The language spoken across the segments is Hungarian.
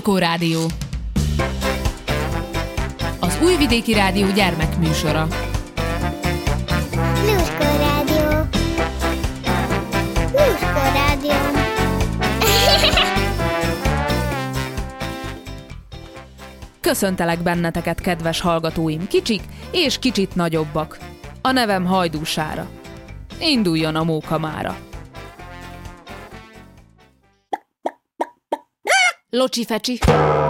Lurkó Rádió. Az Újvidéki Rádió gyermekműsora. Lurkó Rádió. Lurkó Rádió. Köszöntelek benneteket, kedves hallgatóim, kicsik és kicsit nagyobbak. A nevem Hajdú Sára. Induljon a móka mára. Locsi fecsi.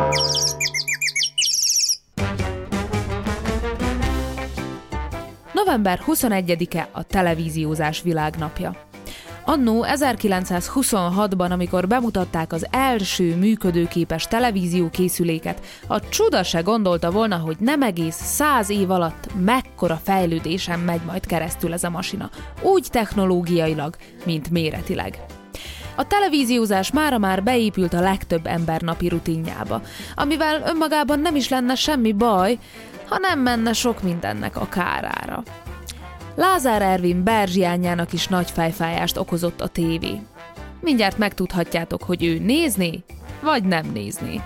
November 21-e a televíziózás világnapja. Annó 1926-ban, amikor bemutatták az első működőképes televíziókészüléket, a csuda se gondolta volna, hogy nem egész 100 év alatt mekkora fejlődésen megy majd keresztül ez a masina, úgy technológiailag, mint méretileg. A televíziózás mára már beépült a legtöbb ember napi rutinjába, amivel önmagában nem is lenne semmi baj, ha nem menne sok mindennek a kárára. Lázár Ervin Berzsiányának is nagy fejfájást okozott a tévé. Mindjárt megtudhatjátok, hogy ő nézné, vagy nem nézné.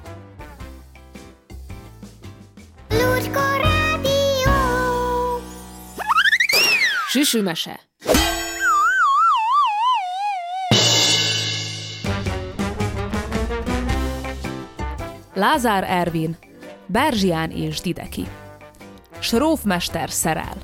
Lurkó Rádió. Süsümese. Lázár Ervin, Berzsián és Dideki. Srófmester szerel.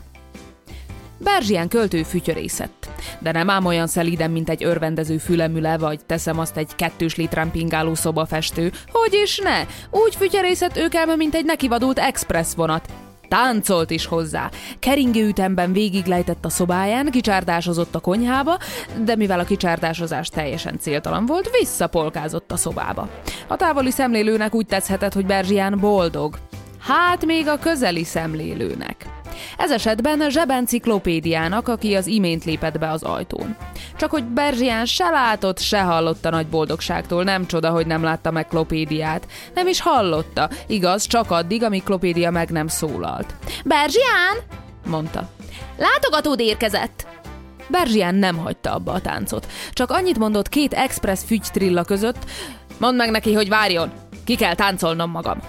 Berzsián költő fütyörészett, de nem ám olyan szelíden, mint egy örvendező fülemüle, vagy teszem azt egy 2 litrán pingáló szobafestő. Hogyis ne? Úgy fütyörészett őkelme, mint egy nekivadult express vonat. Táncolt is hozzá. Keringő ütemben végiglejtett a szobáján, kicsárdásozott a konyhába, de mivel a kicsárdásozás teljesen céltalan volt, visszapolkázott a szobába. A távoli szemlélőnek úgy tetszhetett, hogy Berzsián boldog. Hát még a közeli szemlélőnek. Ez esetben zsebenciklopédiának, aki az imént lépett be az ajtón. Csak hogy Berzsián se látott, se hallotta nagy boldogságtól, nem csoda, hogy nem látta meg Klopédiát. Nem is hallotta, igaz, csak addig, amíg Klopédia meg nem szólalt. Berzsián! Mondta. Látogatód érkezett! Berzsián nem hagyta abba a táncot. Csak annyit mondott 2 express fügytrilla között, mondd meg neki, hogy várjon, ki kell táncolnom magam.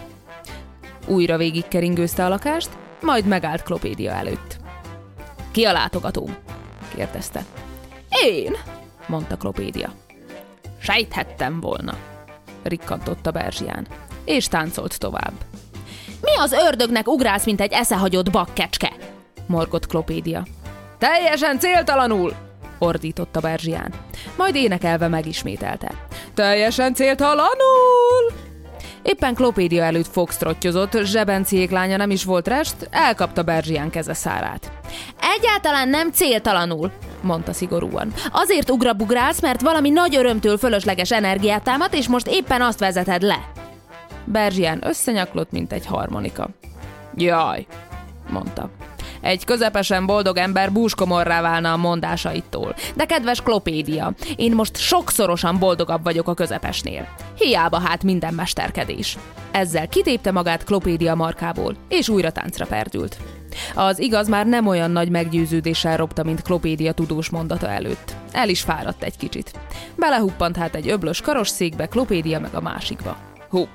Újra végigkeringőzte a lakást, majd megállt Klopédia előtt. Ki a látogatóm? Kérdezte. Én, mondta Klopédia. Sejthettem volna, rikkantotta Berzsián, és táncolt tovább. Mi az ördögnek ugrálsz, mint egy eszehagyott bakkecske? Morgott Klopédia. Teljesen céltalanul, ordította Berzsián, majd énekelve megismételte. Teljesen céltalanul! Éppen Klopédia előtt foxtrottyozott, zsebenciék lánya nem is volt rest, elkapta Berzsián keze szárát. Egyáltalán nem céltalanul, mondta szigorúan. Azért ugrabugrálsz, mert valami nagy örömtől fölösleges energiát támad, és most éppen azt vezeted le. Berzsián összenyaklott, mint egy harmonika. Jaj, mondta. Egy közepesen boldog ember búskomorrá válna a mondásaitól. De kedves Klopédia, én most sokszorosan boldogabb vagyok a közepesnél. Hiába hát minden mesterkedés. Ezzel kitépte magát Klopédia markából, és újra táncra perdült. Az igaz már nem olyan nagy meggyőződéssel ropta, mint Klopédia tudós mondata előtt. El is fáradt egy kicsit. Belehuppant hát egy öblös karosszékbe, Klopédia meg a másikba. Hupp!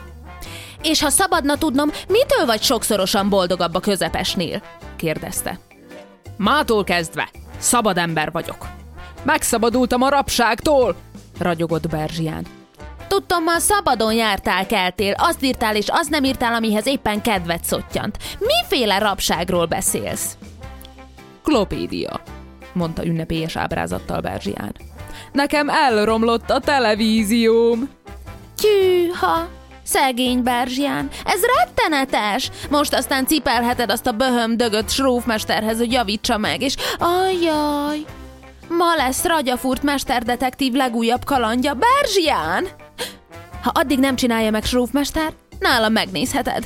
És ha szabadna tudnom, mitől vagy sokszorosan boldogabb a közepesnél? Kérdezte. Mától kezdve szabad ember vagyok. Megszabadultam a rabságtól, ragyogott Berzsián. Tudtam, ma szabadon jártál, keltél, azt írtál és azt nem írtál, amihez éppen kedved szottyant. Miféle rabságról beszélsz? Klopédia, mondta ünnepélyes ábrázattal Berzsián. Nekem elromlott a televízióm. Tyűha! Szegény Berzsián, ez rettenetes! Most aztán cipelheted azt a böhömdögött srófmesterhez, hogy javítsa meg, és ajjaj! Ma lesz Ragyafurt mesterdetektív legújabb kalandja, Berzsián! Ha addig nem csinálja meg srófmester, nálam megnézheted.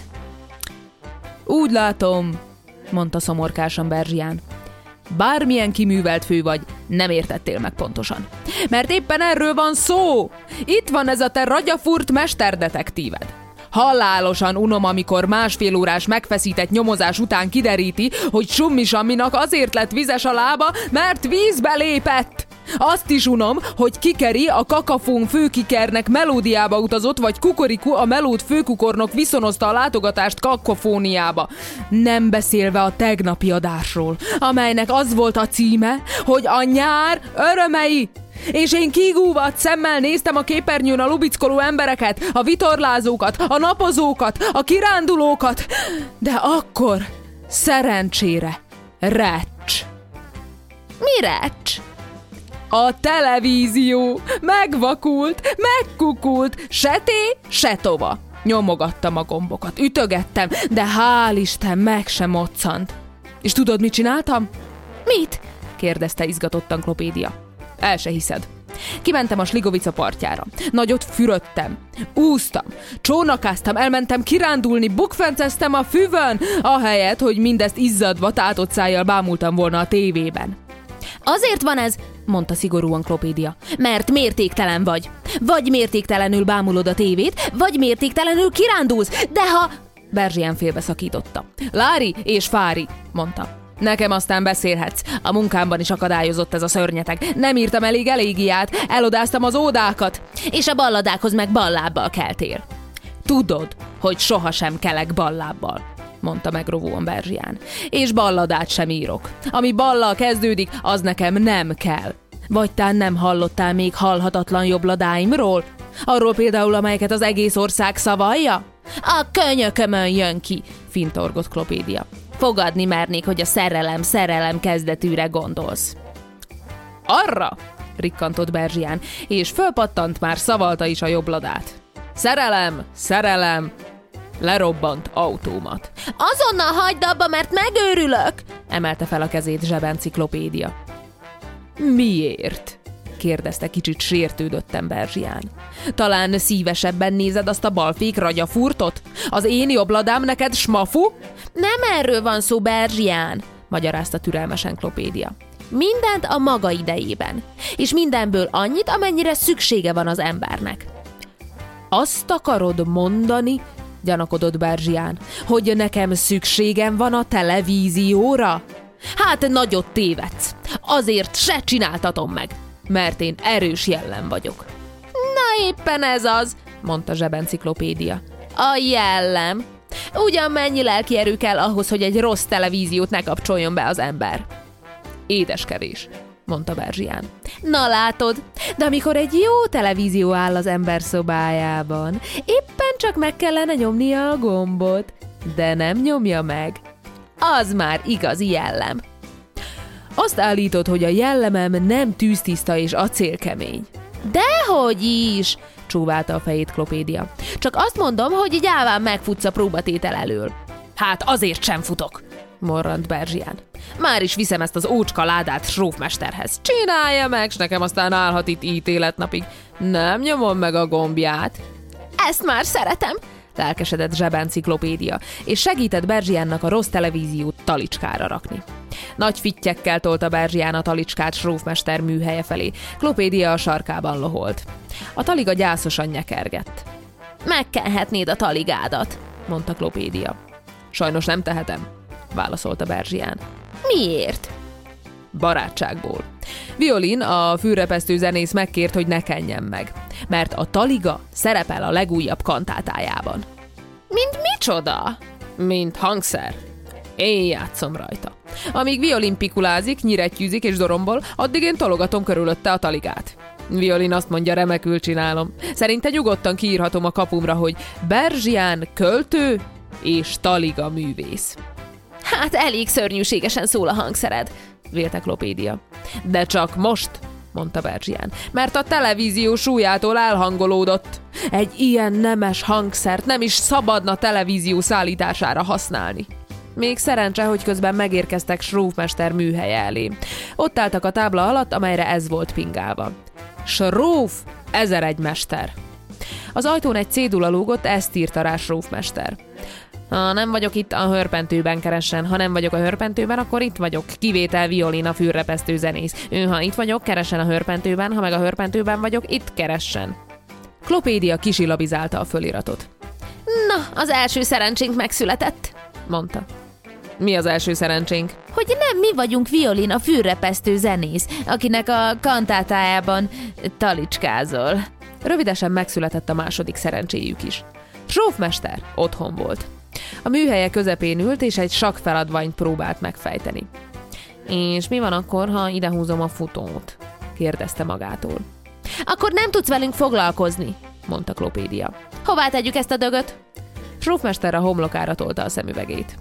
Úgy látom, mondta szomorkásan Berzsián. Bármilyen kiművelt fő vagy, nem értettél meg pontosan. Mert éppen erről van szó! Itt van ez a te Ragyafurt mesterdetektíved. Halálosan unom, amikor 1,5 órás megfeszített nyomozás után kideríti, hogy Summi Samminak azért lett vizes a lába, mert vízbe lépett. Azt is unom, hogy Kikeri a kakafón főkikernek melódiába utazott, vagy Kukoriku a melód főkukornok viszonozta a látogatást kakofóniába. Nem beszélve a tegnapi adásról, amelynek az volt a címe, hogy a nyár örömei. És én kigúvat szemmel néztem a képernyőn a lubickoló embereket, a vitorlázókat, a napozókat, a kirándulókat, de akkor szerencsére recs. Mi recs? A televízió megvakult, megkukult, se té, se tova. Nyomogattam a gombokat, ütögettem, de hál' Isten meg sem moccant. És tudod, mit csináltam? Mit? Kérdezte izgatottan Klopédia. El se hiszed. Kimentem a Sligovica partjára. Nagyot fürödtem, úsztam, csónakáztam, elmentem kirándulni, bukfenceztem a füvön, ahelyett, hogy mindezt izzadva, tátott szájjal bámultam volna a tévében. Azért van ez, mondta szigorúan Klopédia, mert mértéktelen vagy. Vagy mértéktelenül bámulod a tévét, vagy mértéktelenül kirándulsz, de ha... Berzsián félbeszakította. Lári és Fári, mondta. Nekem aztán beszélhetsz. A munkámban is akadályozott ez a szörnyeteg. Nem írtam elég elégiát, elodáztam az ódákat. És a balladákhoz meg ballábbal keltél. Tudod, hogy sohasem kelek ballábbal, mondta megrovóan Berzsián. És balladát sem írok. Ami ballal kezdődik, az nekem nem kell. Vagy tán nem hallottál még halhatatlan jobbladáimról? Arról például, amelyeket az egész ország szavalja? A könyökömön jön ki, fintorgott Klopédia. Fogadni mernék, hogy a szerelem kezdetűre gondolsz. Arra! Rikkantott Berzsián, és fölpattant, már szavalta is a jobbladát. Szerelem! Lerobbant autómat. Azonnal hagyd abba, mert megőrülök! Emelte fel a kezét Zsebenci Klopédia. Miért? Kérdezte kicsit sértődötten Berzsián. Talán szívesebben nézed azt a balfék ragyafurtot? Az én jobbladám neked smafu? Nem erről van szó, Berzsián, magyarázta türelmesen Klopédia. Mindent a maga idejében, és mindenből annyit, amennyire szüksége van az embernek. Azt akarod mondani, gyanakodott Berzsián, hogy nekem szükségem van a televízióra? Hát nagyot tévedsz, azért se csináltatom meg, mert én erős jellem vagyok. Na éppen ez az, mondta Zsebenci Klopédia. A jellem. Ugyan mennyi lelki erő kell ahhoz, hogy egy rossz televíziót ne kapcsoljon be az ember? Édeskedés, mondta Berzsián. Na látod, de amikor egy jó televízió áll az ember szobájában, éppen csak meg kellene nyomnia a gombot, de nem nyomja meg. Az már igazi jellem. Azt állítod, hogy a jellemem nem tűztiszta és acélkemény. Dehogy is, csóválta a fejét Klopédia. Csak azt mondom, hogy így állván megfutsz a próbatétel elől. Hát azért sem futok, morrant Berzsián. Már is viszem ezt az ócska ládát Srófmesterhez. Csinálja meg, s nekem aztán állhat itt ítéletnapig. Nem nyomom meg a gombját. Ezt már szeretem, lelkesedett Zsebenci Klopédia, és segített Berzsiánnak a rossz televíziót talicskára rakni. Nagy fittyekkel tolta Berzsián a talicskát Srófmester műhelye felé. Klopédia a sarkában loholt. A taliga gyászosan nyekergett. Megkenhetnéd a taligádat, mondta Klopédia. Sajnos nem tehetem, válaszolta Berzsián. Miért? Barátságból. Violin, a fűrepesztő zenész megkért, hogy ne kenjem meg, mert a taliga szerepel a legújabb kantátájában. Mint micsoda? Mint hangszer. Én játszom rajta. Amíg Violin pikulázik, nyirettyűzik és dorombol, addig én tologatom körülötte a taligát. Violin azt mondja, remekül csinálom. Szerinte nyugodtan kiírhatom a kapumra, hogy Berzsián költő és taliga művész. Hát elég szörnyűségesen szól a hangszered, vélte Klopédia. De csak most, mondta Berzsián, mert a televízió súlyától elhangolódott. Egy ilyen nemes hangszert nem is szabadna televízió szállítására használni. Még szerencse, hogy közben megérkeztek Srófmester műhelye elé. Ott álltak a tábla alatt, amelyre ez volt pingálva. Sróf, 1001 mester. Az ajtón egy cédula lógott, ezt írta rá Srófmester. Ha nem vagyok itt, a hörpentőben keressen. Ha nem vagyok a hörpentőben, akkor itt vagyok. Kivétel Violin, a fűrrepesztő zenész. Ha itt vagyok, keressen a hörpentőben, ha meg a hörpentőben vagyok, itt keressen. Klopédia kisilabizálta a föliratot. Na, az első szerencsénk megszületett, mondta. Mi az első szerencsénk? hogy nem mi vagyunk Violin, a fülrepesztő zenész, akinek a kantátájában talicskázol. Rövidesen megszületett a második szerencséjük is. Zsófmester otthon volt. A műhelye közepén ült, és egy sakkfeladványt próbált megfejteni. És mi van akkor, ha idehúzom a futót? Kérdezte magától. Akkor nem tudsz velünk foglalkozni, mondta Klopédia. Hová tegyük ezt a dögöt? Zsófmester a homlokára tolta a szemüvegét.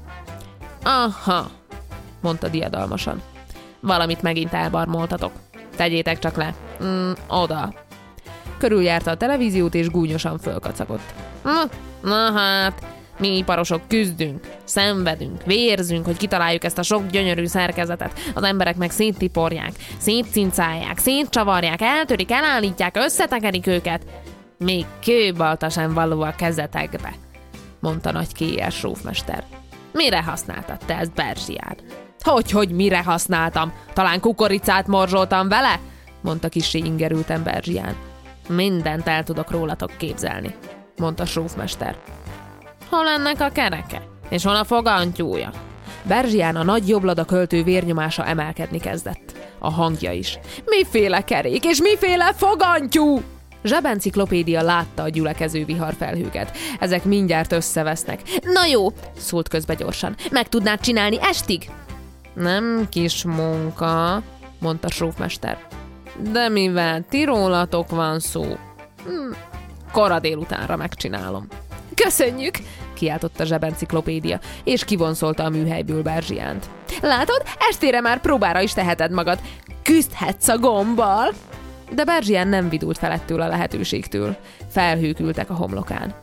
Aha, mondta diadalmasan. Valamit megint elbarmoltatok. Tegyétek csak le. Oda. Körüljárta a televíziót, és gúnyosan fölkacagott. Na hát, mi iparosok küzdünk, szenvedünk, vérzünk, hogy kitaláljuk ezt a sok gyönyörű szerkezetet. Az emberek meg széttiporják, szétcincálják, szétcsavarják, eltörik, elállítják, összetekerik őket. Még kőbalta sem való a kezetekbe, mondta nagy kélyes Zsófmester. Mire használtad te ezt, Berzsián? Hogy mire használtam? Talán kukoricát morzsoltam vele? Mondta kissé ingerülten Berzsián. Mindent el tudok rólatok képzelni, mondta Zsófmester. Hol ennek a kereke? És hol a fogantyúja? Berzsián a nagy jobblada költő vérnyomása emelkedni kezdett. A hangja is. Miféle kerék és miféle fogantyú? Zsebenciklopédia látta a gyülekező viharfelhőket. Ezek mindjárt összevesznek. Na jó, szólt közbe gyorsan. Meg tudnád csinálni estig? Nem kis munka, mondta Zsófmester. De mivel ti rólatok van szó, kora délutánra megcsinálom. Köszönjük, kiáltotta Zsebenciklopédia, és kivonszolta a műhelyből Berzsiánt. Látod, estére már próbára is teheted magad. Küzdhetsz a gombbal. De Berzsián nem vidult fel ettől a lehetőségtől. Felhők ültek a homlokán.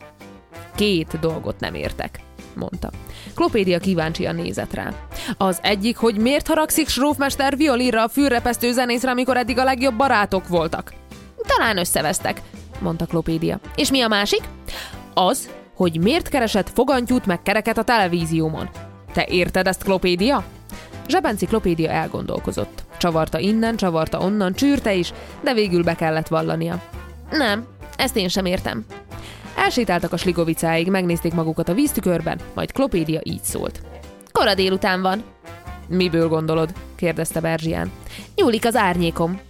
2 dolgot nem értek, mondta. Klopédia kíváncsian nézett rá. Az egyik, hogy miért haragszik Zsófmester Violinra, a fülrepesztő zenészre, amikor eddig a legjobb barátok voltak. Talán összevesztek, mondta Klopédia. És mi a másik? Az, hogy miért keresett fogantyút meg kereket a televíziómon. Te érted ezt, Klopédia? Zsebenciklopédia elgondolkozott. Csavarta innen, csavarta onnan, csűrte is, de végül be kellett vallania. Nem, ezt én sem értem. Elsétáltak a Sligovicáig, megnézték magukat a víztükörben, majd Klopédia így szólt. Kora délután van. Miből gondolod? Kérdezte Berzsián. Nyúlik az árnyékom.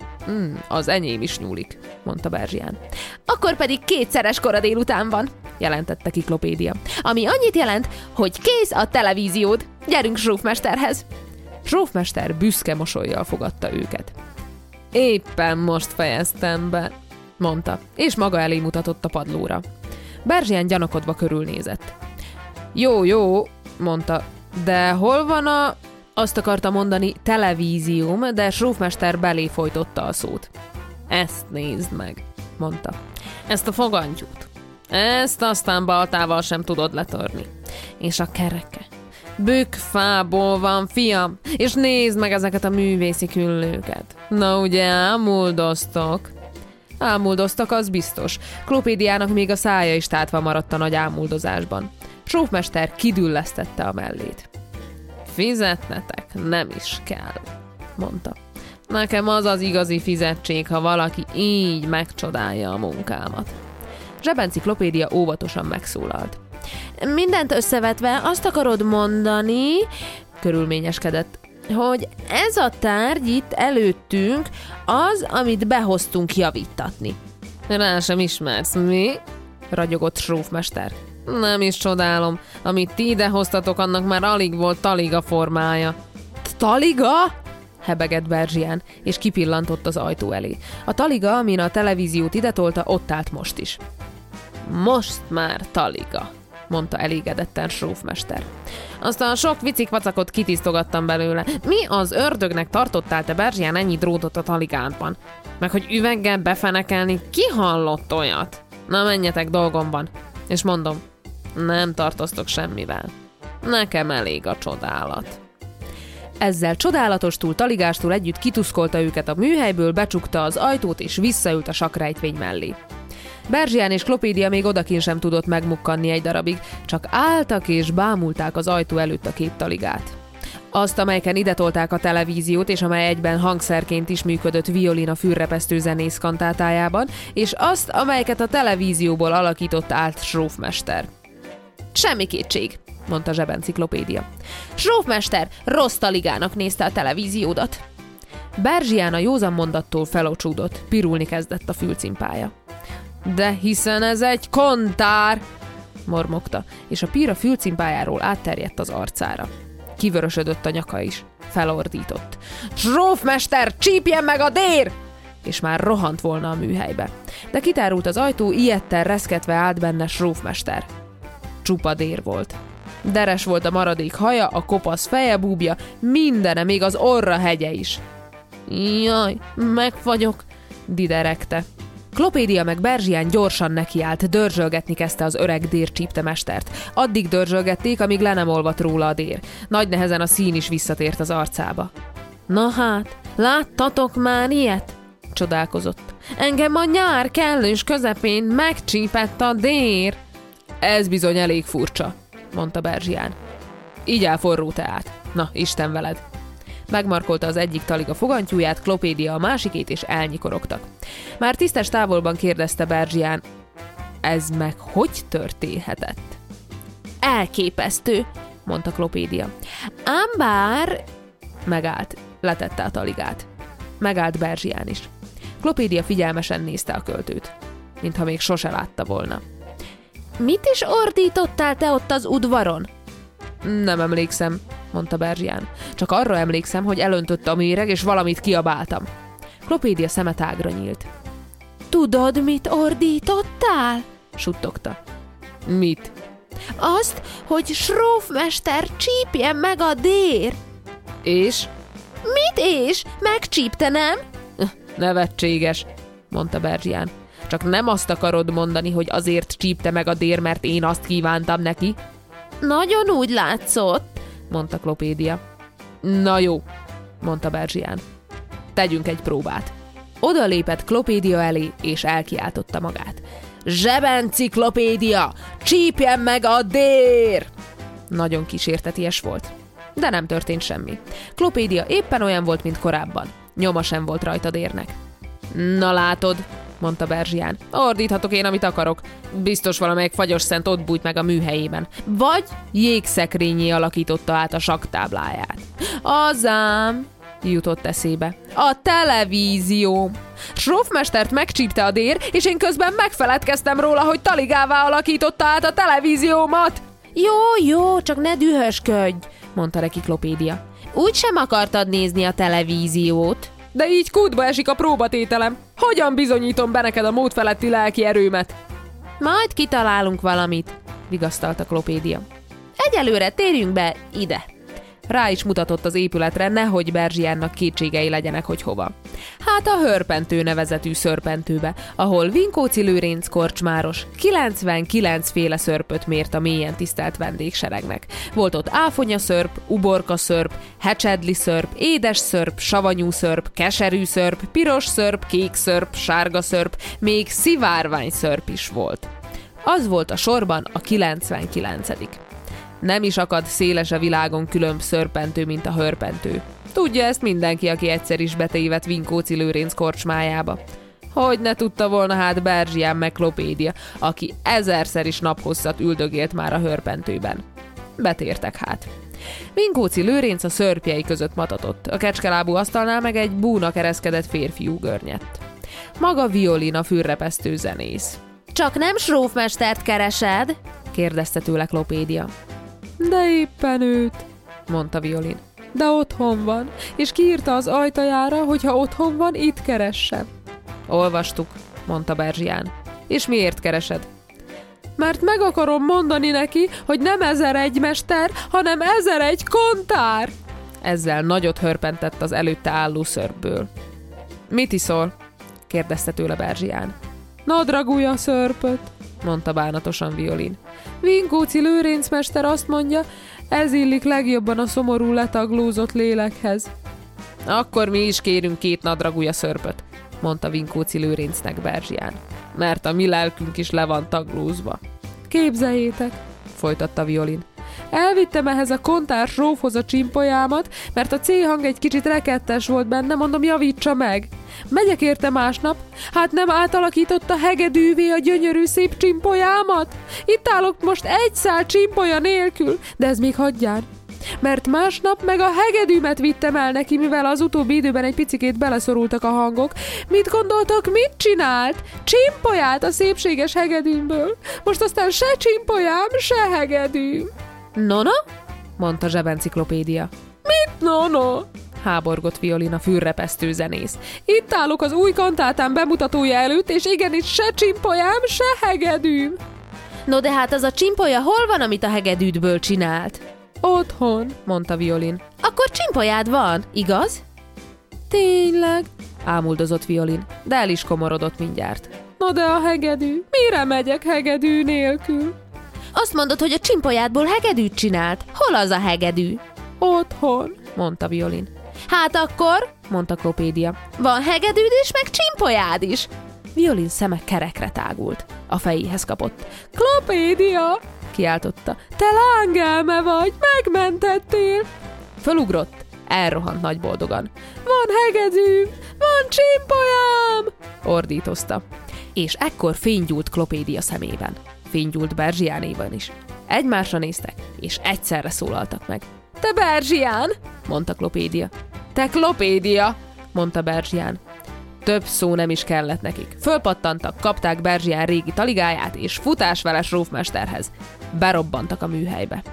Az enyém is nyúlik, mondta Berzsián. Akkor pedig 2-szeres kora délután van, jelentette ki Klopédia. Ami annyit jelent, hogy kész a televíziód. Gyerünk Zsófmesterhez. Zsófmester büszke mosollyal fogadta őket. Éppen most fejeztem be, mondta, és maga elé mutatott a padlóra. Berzsián gyanakodva körülnézett. Jó, mondta, de hol van a... Azt akarta mondani televízióm, de Zsófmester belé folytotta a szót. Ezt nézd meg, mondta. Ezt a fogantyút. Ezt aztán baltával sem tudod letörni. És a kereke. Bükkfából van, fiam, és nézd meg ezeket a művészi küllőket. Na ugye ámuldoztok? Ámuldoztak, az biztos. Klopédiának még a szája is tátva maradt a nagy ámuldozásban. Zsófmester kidüllesztette a mellét. Fizetnetek nem is kell, mondta. Nekem az az igazi fizetség, ha valaki így megcsodálja a munkámat. Zsebenciklopédia óvatosan megszólalt. Mindent összevetve azt akarod mondani, körülményeskedett, hogy ez a tárgy itt előttünk az, amit behoztunk javítatni. Rá sem ismersz, mi? Ragyogott Zsófmester. Nem is csodálom, amit ti idehoztatok, annak már alig volt taliga formája. Taliga? Hebegett Berzsián, és kipillantott az ajtó elé. A taliga, amin a televíziót idetolta, ott állt most is. Most már taliga, mondta elégedetten Zsófmester. Aztán a sok vicikvacakot kitisztogattam belőle. Mi az ördögnek tartottál te, Berzsián, ennyi drótot a taligádban? Meg hogy üveggel befenekelni, ki hallott olyat? Na menjetek, dolgom van. És mondom, nem tartoztok semmivel. Nekem elég a csodálat. Ezzel csodálatostul, taligástól együtt kituszkolta őket a műhelyből, becsukta az ajtót és visszaült a sakkrejtvény mellé. Berzsián és Klopédia még odakin sem tudott megmukkanni egy darabig, csak álltak és bámulták az ajtó előtt a 2 taligát. Azt, amelyeken idetolták a televíziót, és amely egyben hangszerként is működött Violin a fülrepesztő zenész kantátájában, és azt, amelyeket a televízióból alakított át Zsófmester. Semmi kétség, mondta Zsebenciklopédia. Srófmester rossz taligának nézte a televíziódat. Berzsián a józan mondattól felocsúdott, pirulni kezdett a fülcimpája. De hiszen ez egy kontár, mormogta, és a pír a fülcimpájáról átterjedt az arcára. Kivörösödött a nyaka is, felordított. Srófmester, csípjen meg a dér! És már rohant volna a műhelybe. De kitárult az ajtó, ijedten reszketve állt benne Srófmester. Csupa dér volt. Deres volt a maradék haja, a kopasz feje, búbja, mindene, még az orra hegye is. Jaj, megfagyok, dideregte. Klopédia meg Berzsián gyorsan nekiállt, dörzsölgetni kezdte az öreg dércsíptemestert. Addig dörzsölgették, amíg le nem olvadt róla a dér. Nagy nehezen a szín is visszatért az arcába. Na hát, láttatok már ilyet? Csodálkozott. Engem a nyár kellős közepén megcsípett a dér. Ez bizony elég furcsa, mondta Berzsián. Így áll forró teát. Na, Isten veled. Megmarkolta az egyik taliga fogantyúját, Klopédia a másikét, és elnyikorogtak. Már tisztes távolban kérdezte Berzsián, ez meg hogy történhetett? Elképesztő, mondta Klopédia. Ám bár... Megállt, letette a taligát. Megállt Berzsián is. Klopédia figyelmesen nézte a költőt, mintha még sose látta volna. Mit is ordítottál te ott az udvaron? Nem emlékszem, mondta Berzsián. Csak arra emlékszem, hogy elöntött a méreg, és valamit kiabáltam. Klopédia szeme tágra nyílt. Tudod, mit ordítottál? Suttogta. Mit? Azt, hogy Srófmester csípjen meg a dér. És? Mit és? Megcsípte, nem? Nevetséges, mondta Berzsián. Csak nem azt akarod mondani, hogy azért csípte meg a dér, mert én azt kívántam neki? Nagyon úgy látszott, mondta Klopédia. Na jó, mondta Berzsián. Tegyünk egy próbát. Oda lépett Klopédia elé, és elkiáltotta magát. Zsebenciklopédia, csípjen meg a dér! Nagyon kísérteties volt, de nem történt semmi. Klopédia éppen olyan volt, mint korábban. Nyoma sem volt rajta dérnek. Na látod, mondta Berzsián. Ordíthatok én, amit akarok. Biztos valamelyik fagyos szent ott bújt meg a műhelyében. Vagy jégszekrényé alakította át a sakktábláját. Azám, jutott eszébe. A televízió. Srófmestert megcsípte a dér, és én közben megfeledkeztem róla, hogy taligává alakította át a televíziómat. Jó, csak ne dühösködj, mondta neki Klopédia. Úgy sem akartad nézni a televíziót. De így kútba esik a próbatételem. Hogyan bizonyítom be neked a mód feletti lelki erőmet? Majd kitalálunk valamit, vigasztalta Klopédia. Egyelőre térjünk be ide. Rá is mutatott az épületre, nehogy Berzsiánnak kétségei legyenek, hogy hova. Hát a Hörpentő nevezetű szörpentőbe, ahol Vinkóczi Lőrinc korcsmáros 99 féle szörpöt mért a mélyen tisztelt vendégseregnek. Volt ott áfonyaszörp, uborkaszörp, hecsedli szörp, édes szörp, savanyú szörp, keserű szörp, piros szörp, kék szörp, sárga szörp, még szivárvány szörp is volt. Az volt a sorban a 99. Nem is akad széles a világon különb szörpentő, mint a Hörpentő. Tudja ezt mindenki, aki egyszer is betévedt Vinkóczi Lőrinc korcsmájába. Hogy ne tudta volna hát Berzsián meg Klopédia, aki 1000-szer is naphosszat üldögélt már a Hörpentőben. Betértek hát. Vinkóczi Lőrinc a szörpjei között matatott, a kecskelábú asztalnál meg egy búnak ereszkedett férfiú görnyedt. Maga Violin a fülrepesztő zenész. Csak nem Srófmestert keresed? kérdezte tőle Klopédia. De éppen őt, mondta Violin. De otthon van, és kiírta az ajtajára, hogy ha otthon van, itt keressen. Olvastuk, mondta Berzsián. És miért keresed? Mert meg akarom mondani neki, hogy nem 1001 mester, hanem 1001 kontár. Ezzel nagyot hörpentett az előtte álló szörpből. Mit iszol? kérdezte tőle Berzsián. Nadragúja szörpöt, mondta bánatosan Violin. Vinkóczi Lőrinc mester azt mondja, ez illik legjobban a szomorú letaglózott lélekhez. Akkor mi is kérünk 2 nadragúja szörpöt, mondta Vinkóczi Lőrincnek Berzsián, mert a mi lelkünk is le van taglózva. Képzeljétek, folytatta Violin. Elvittem ehhez a kontár srófhoz a csimpolyámat, mert a C-hang egy kicsit rekettes volt benne, mondom, javítsa meg. Megyek érte másnap, hát nem átalakította hegedűvé a gyönyörű szép csimpolyámat? Itt állok most egy szál csimpolya nélkül, de ez még hagyján. Mert másnap meg a hegedűmet vittem el neki, mivel az utóbbi időben egy picikét beleszorultak a hangok. Mit gondoltok, mit csinált? Csimpolyát a szépséges hegedűmből. Most aztán se csimpolyám, se hegedűm. Nono? Mondta zsebenciklopédia. Mit nono? Háborgott Violin, a fürrepesztő zenész. Itt állok az új kantátám bemutatója előtt, és igenis se csimpolyám, se hegedűm. No de hát az a csimpolya hol van, amit a hegedűdből csinált? Otthon, mondta Violin. Akkor csimpolyád van, igaz? Tényleg, ámuldozott Violin, de el is komorodott mindjárt. No de a hegedű, mire megyek hegedű nélkül? Azt mondod, hogy a csimpolyádból hegedűt csinált. Hol az a hegedű? Otthon, mondta Violin. Hát akkor, mondta Klopédia, van hegedűd is, meg csimpolyád is. Violin szeme kerekre tágult. A fejéhez kapott. Klopédia! Kiáltotta. Te lángelme vagy, megmentettél! Fölugrott, elrohant nagy boldogan. Van hegedűm, van csimpolyám! Ordítozta. És ekkor fény gyúlt Klopédia szemében. Fény gyúlt Berzsiánéban is. Egymásra néztek, és egyszerre szólaltak meg. Te Berzsián! Mondta Klopédia. Te Klopédia! Mondta Berzsián. Több szó nem is kellett nekik. Fölpattantak, kapták Berzsián régi taligáját, és futás vele srófmesterhez. Berobbantak a műhelybe.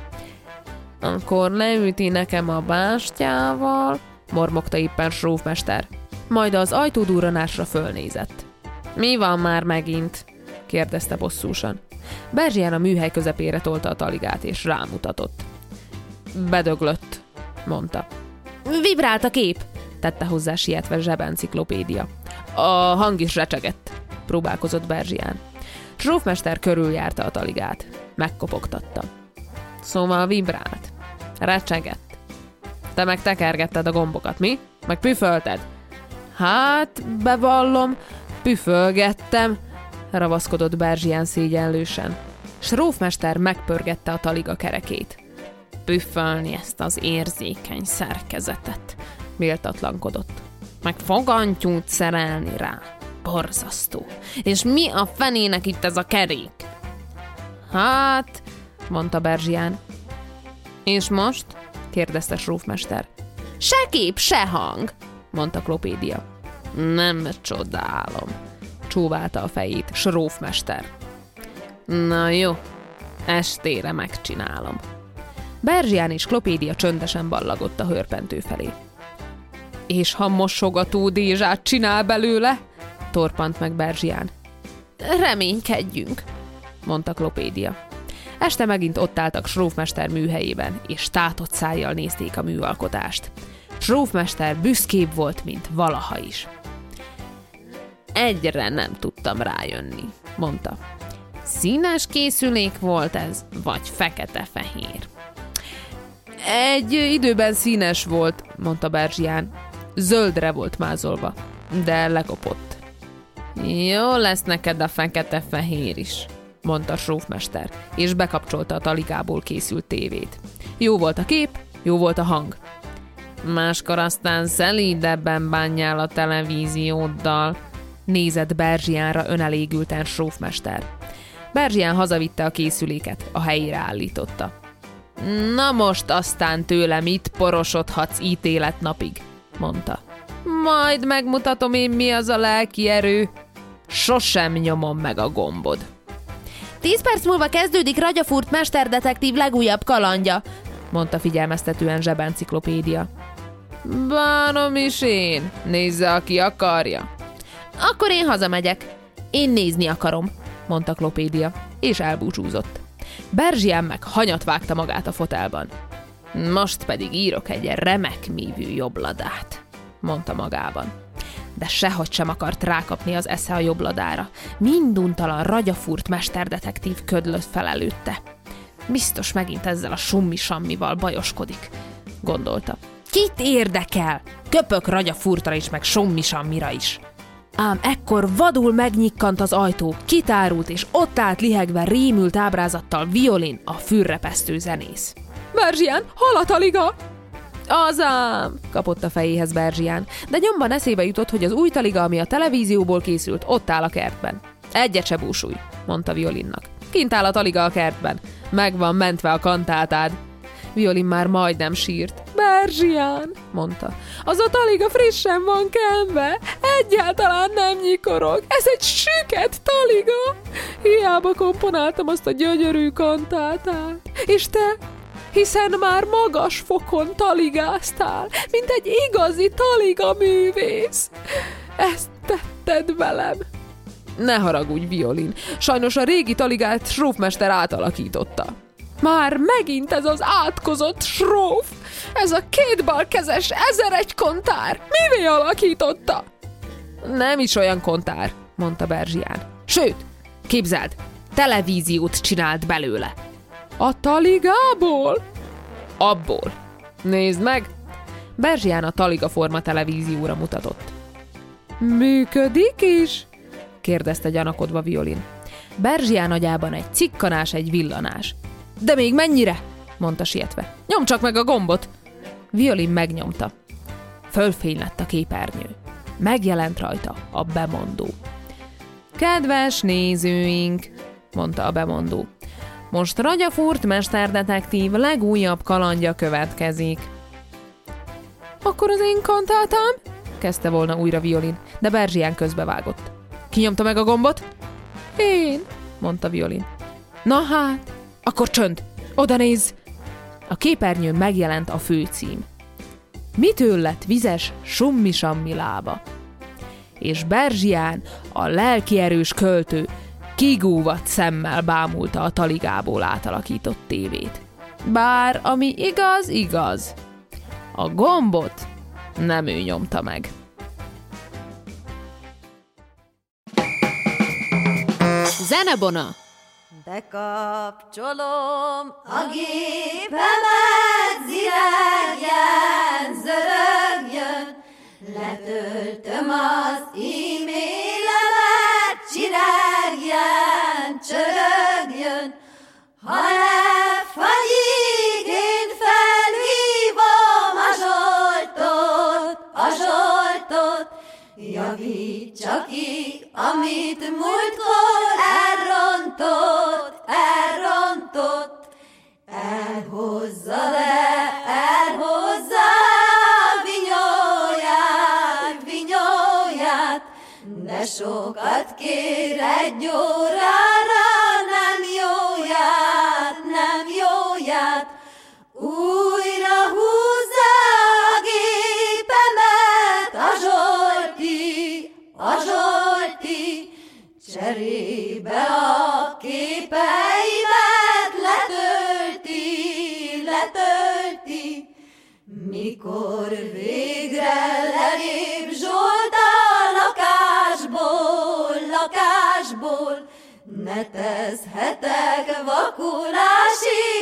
Akkor leüti nekem a bástyával, mormogta éppen srófmester. Majd az ajtódurranásra fölnézett. Mi van már megint? Kérdezte bosszúsan. Berzsián a műhely közepére tolta a taligát, és rámutatott. Bedöglött, mondta. Vibrált a kép, tette hozzá sietve zsebenciklopédia. A hang is recsegett, próbálkozott Berzsián. Srófmester körüljárta a taligát. Megkopogtatta. Szóval vibrált. Recsegett. Te meg tekergetted a gombokat, mi? Meg püfölted? Hát, bevallom, püfölgettem, ravaszkodott Berzsián szégyenlősen. Srófmester megpörgette a taliga kerekét. Püfölni ezt az érzékeny szerkezetet, méltatlankodott. Meg fogantyút szerelni rá. Borzasztó. És mi a fenének itt ez a kerék? Hát, mondta Berzsián. És most? kérdezte srófmester. Se kép, se hang, mondta Klopédia. Nem csodálom, csóválta a fejét srófmester. Na jó, estére megcsinálom. Berzsián és Klopédia csöndesen ballagott a hörpentő felé. És ha mosogató dézsát csinál belőle? Torpant meg Berzsián. Reménykedjünk, mondta Klopédia. Este megint ott álltak srófmester műhelyében, és tátott szájjal nézték a műalkotást. Srófmester büszkébb volt, mint valaha is. Egyre nem tudtam rájönni, mondta. Színes készülék volt ez, vagy fekete-fehér? Egy időben színes volt, mondta Berzsián. Zöldre volt mázolva, de lekopott. Jó lesz neked a fekete-fehér is, mondta srófmester, és bekapcsolta a taligából készült tévét. Jó volt a kép, jó volt a hang. Máskor aztán szelídebben bánjál a televízióddal, nézett Berzsiánra önelégülten srófmester. Berzsián hazavitte a készüléket, a helyére állította. Na most aztán tőlem itt porosodhatsz ítéletnapig, mondta. Majd megmutatom én, mi az a lelki erő. Sosem nyomom meg a gombod. 10 perc múlva kezdődik Ragyafurt mesterdetektív legújabb kalandja, mondta figyelmeztetően zsebenciklopédia. Bánom is én, nézze, aki akarja. Akkor én hazamegyek. Én nézni akarom, mondta Klopédia, és elbúcsúzott. Berzsián meg hanyat vágta magát a fotelban. Most pedig írok egy remek mívű jobbladát, mondta magában. De sehogy sem akart rákapni az esze a jobbladára. Minduntalan Ragyafurt mesterdetektív ködlött fel előtte. Biztos megint ezzel a summi-sammival bajoskodik, gondolta. Kit érdekel? Köpök Ragyafurtra is, meg summi-sammira is. Ám ekkor vadul megnyikkant az ajtó, kitárult, és ott állt lihegve rémült ábrázattal Violin, a fürrepesztő zenész. Berzsián, hol a taliga? Azám, kapott a fejéhez Berzsián, de nyomban eszébe jutott, hogy az új taliga, ami a televízióból készült, ott áll a kertben. Egyet se búsulj, mondta Violinnak. Kint áll a taliga a kertben. Meg van mentve a kantátád. Violin már majdnem sírt. Berzsián, mondta. Az a taliga frissen van kenve. Egyáltalán nem nyikorog. Ez egy süket taliga. Hiába komponáltam azt a gyönyörű kantátát. És te? Hiszen már magas fokon taligáztál, mint egy igazi taliga művész. Ezt tetted velem. Ne haragudj, Violin. Sajnos a régi taligát Srófmester átalakította. Már megint ez az átkozott Sróf! Ez a kétbalkezes 1001 kontár! Mivé alakította? Nem is olyan kontár, mondta Berzsián. Sőt, képzeld, televíziót csinált belőle. A taligából? Abból. Nézd meg! Berzsián a Taliga Forma televízióra mutatott. Működik is? kérdezte gyanakodva Violin. Berzsián agyában egy cikkanás, egy villanás. De még mennyire? mondta sietve. Nyomd csak meg a gombot! Violin megnyomta. Fölfény lett a képernyő. Megjelent rajta a bemondó. Kedves nézőink, mondta a bemondó. Most Ragyafurt mesterdetektív legújabb kalandja következik. Akkor az én kantátám? Kezdte volna újra Violin, de Berzsián közbevágott. Ki nyomta meg a gombot? Én, mondta Violin. Na hát, akkor csönd, oda nézz! A képernyőn megjelent a főcím. Mitől lett vizes summi-sammi lába? És Berzsián, a lelkierős költő, kigúvadt szemmel bámulta a taligából átalakított tévét. Bár ami igaz, igaz. A gombot nem ő nyomta meg. Zenebona! Bekapcsolom a gépemet, ziregjen, zörögjön, letöltöm az e-mailemet, csiregjen, csörögjön, ha lefagyik, én felhívom a zsoltot, javítsa ki, amit múltkor elrontott, elhozza vinyóját, de sokat kér egy órára, nem jóját, újra húzza a gépemet, a Zsolti, cserébe a képeimet letölti, mikor végre lelép Zsolt a lakásból, netezhetek vakulásig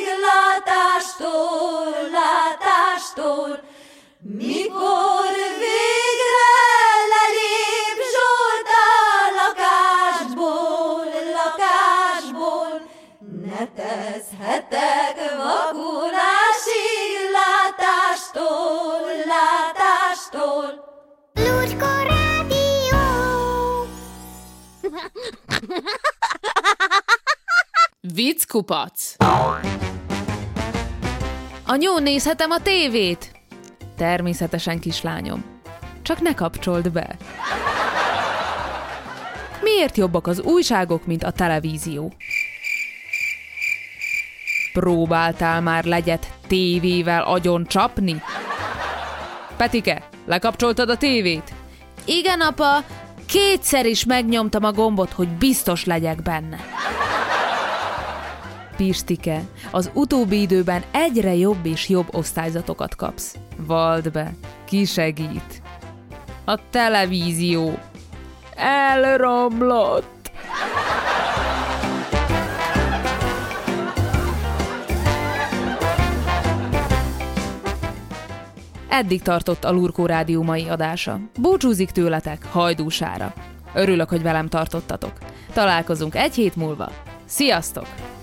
látástól, mikor végre lelép Zsolt a lakásból, netezhetek vakulásig látástól. Lucska Rádió! Vicckupac! Anyó, nézhetem a tévét? Természetesen, kislányom. Csak ne kapcsold be. Miért jobbak az újságok, mint a televízió? Próbáltál már legyet tévével agyon csapni? Petike, lekapcsoltad a tévét? Igen, apa, 2-szer is megnyomtam a gombot, hogy biztos legyek benne. Pistike, az utóbbi időben egyre jobb és jobb osztályzatokat kapsz. Vald be, ki segít? A televízió elromlott. Eddig tartott a Lurkó Rádió mai adása. Búcsúzik tőletek Hajdúsára. Örülök, hogy velem tartottatok. Találkozunk egy hét múlva. Sziasztok!